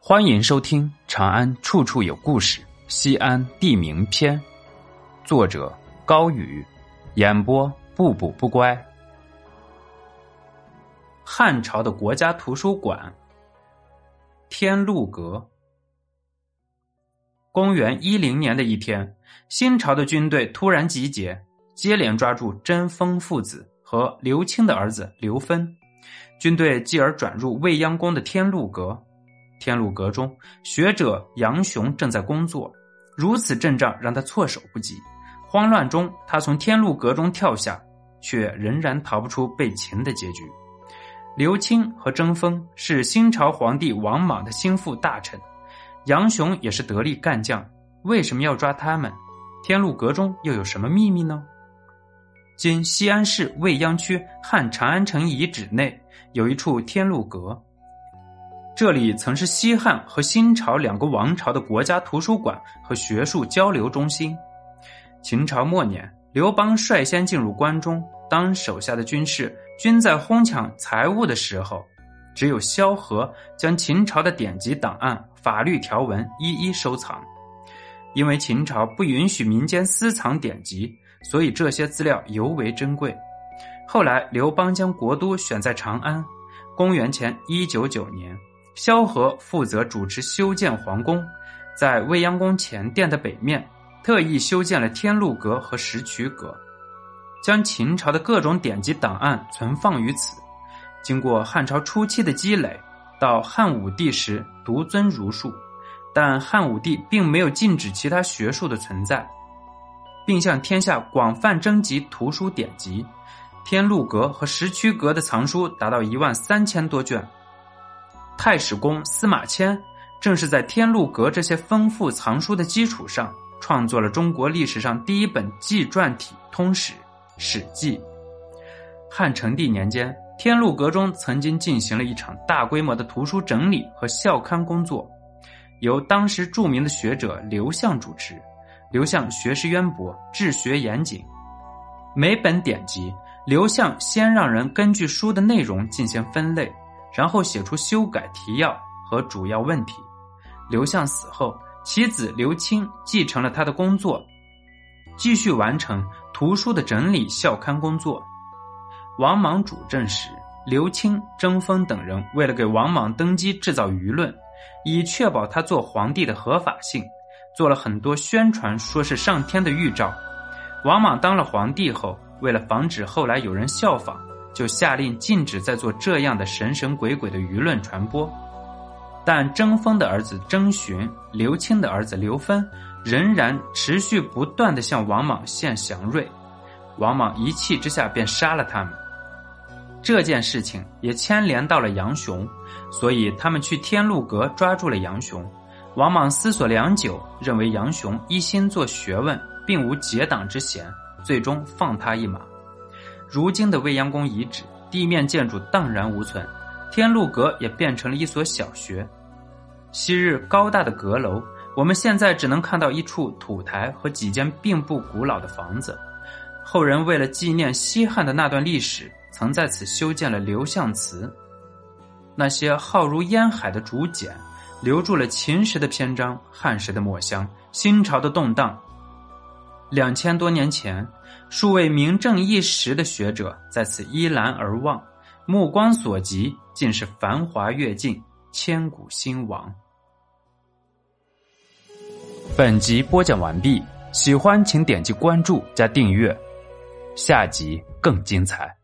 欢迎收听《长安处处有故事·西安地名篇》，作者高宇，演播不补不乖。汉朝的国家图书馆，天禄阁。公元10年的一天，新朝的军队突然集结，接连抓住贞丰父子和刘清的儿子刘芬。军队继而转入未央宫的天禄阁。天禄阁中，学者杨雄正在工作，如此阵仗让他措手不及。慌乱中，他从天禄阁中跳下，却仍然逃不出被擒的结局。刘清和贞丰是新朝皇帝王莽的心腹大臣，杨雄也是得力干将，为什么要抓他们？天禄阁中又有什么秘密呢？今西安市未央区汉长安城遗址内有一处天禄阁，这里曾是西汉和新朝两个王朝的国家图书馆和学术交流中心。秦朝末年，刘邦率先进入关中，当手下的军士均在哄抢财物的时候，只有萧何将秦朝的典籍档案、法律条文一一收藏。因为秦朝不允许民间私藏典籍，所以这些资料尤为珍贵。后来刘邦将国都选在长安，公元前199年，萧何负责主持修建皇宫，在未央宫前殿的北面特意修建了天禄阁和石渠阁，将秦朝的各种典籍档案存放于此。经过汉朝初期的积累，到汉武帝时独尊儒术，但汉武帝并没有禁止其他学术的存在，并向天下广泛征集图书典籍。天禄阁和石渠阁的藏书达到13000多卷。太史公司马迁正是在天禄阁这些丰富藏书的基础上，创作了中国历史上第一本纪传体通史《史记》。汉成帝年间，天禄阁中曾经进行了一场大规模的图书整理和校刊工作，由当时著名的学者刘向主持。刘向学识渊博，治学严谨，每本典籍刘向先让人根据书的内容进行分类，然后写出修改提要和主要问题。刘向死后，其子刘清继承了他的工作，继续完成图书的整理校刊工作。王莽主政时，刘清、贞丰等人为了给王莽登基制造舆论，以确保他做皇帝的合法性，做了很多宣传说是上天的预兆。王莽当了皇帝后，为了防止后来有人效仿，就下令禁止再做这样的神神鬼鬼的舆论传播。但贞丰的儿子贞询、刘清的儿子刘芬仍然持续不断地向王莽献祥瑞，王莽一气之下便杀了他们。这件事情也牵连到了杨雄，所以他们去天禄阁抓住了杨雄。王莽思索良久，认为杨雄一心做学问，并无结党之嫌，最终放他一马。如今的未央宫遗址，地面建筑荡然无存，天禄阁也变成了一所小学。昔日高大的阁楼，我们现在只能看到一处土台和几间并不古老的房子。后人为了纪念西汉的那段历史，曾在此修建了刘向祠。那些浩如烟海的竹简，留住了秦时的篇章、汉时的墨香、新朝的动荡。2000多年前，数位名正一时的学者在此依栏而望，目光所及尽是繁华跃进，千古兴亡。本集播讲完毕，喜欢请点击关注加订阅，下集更精彩。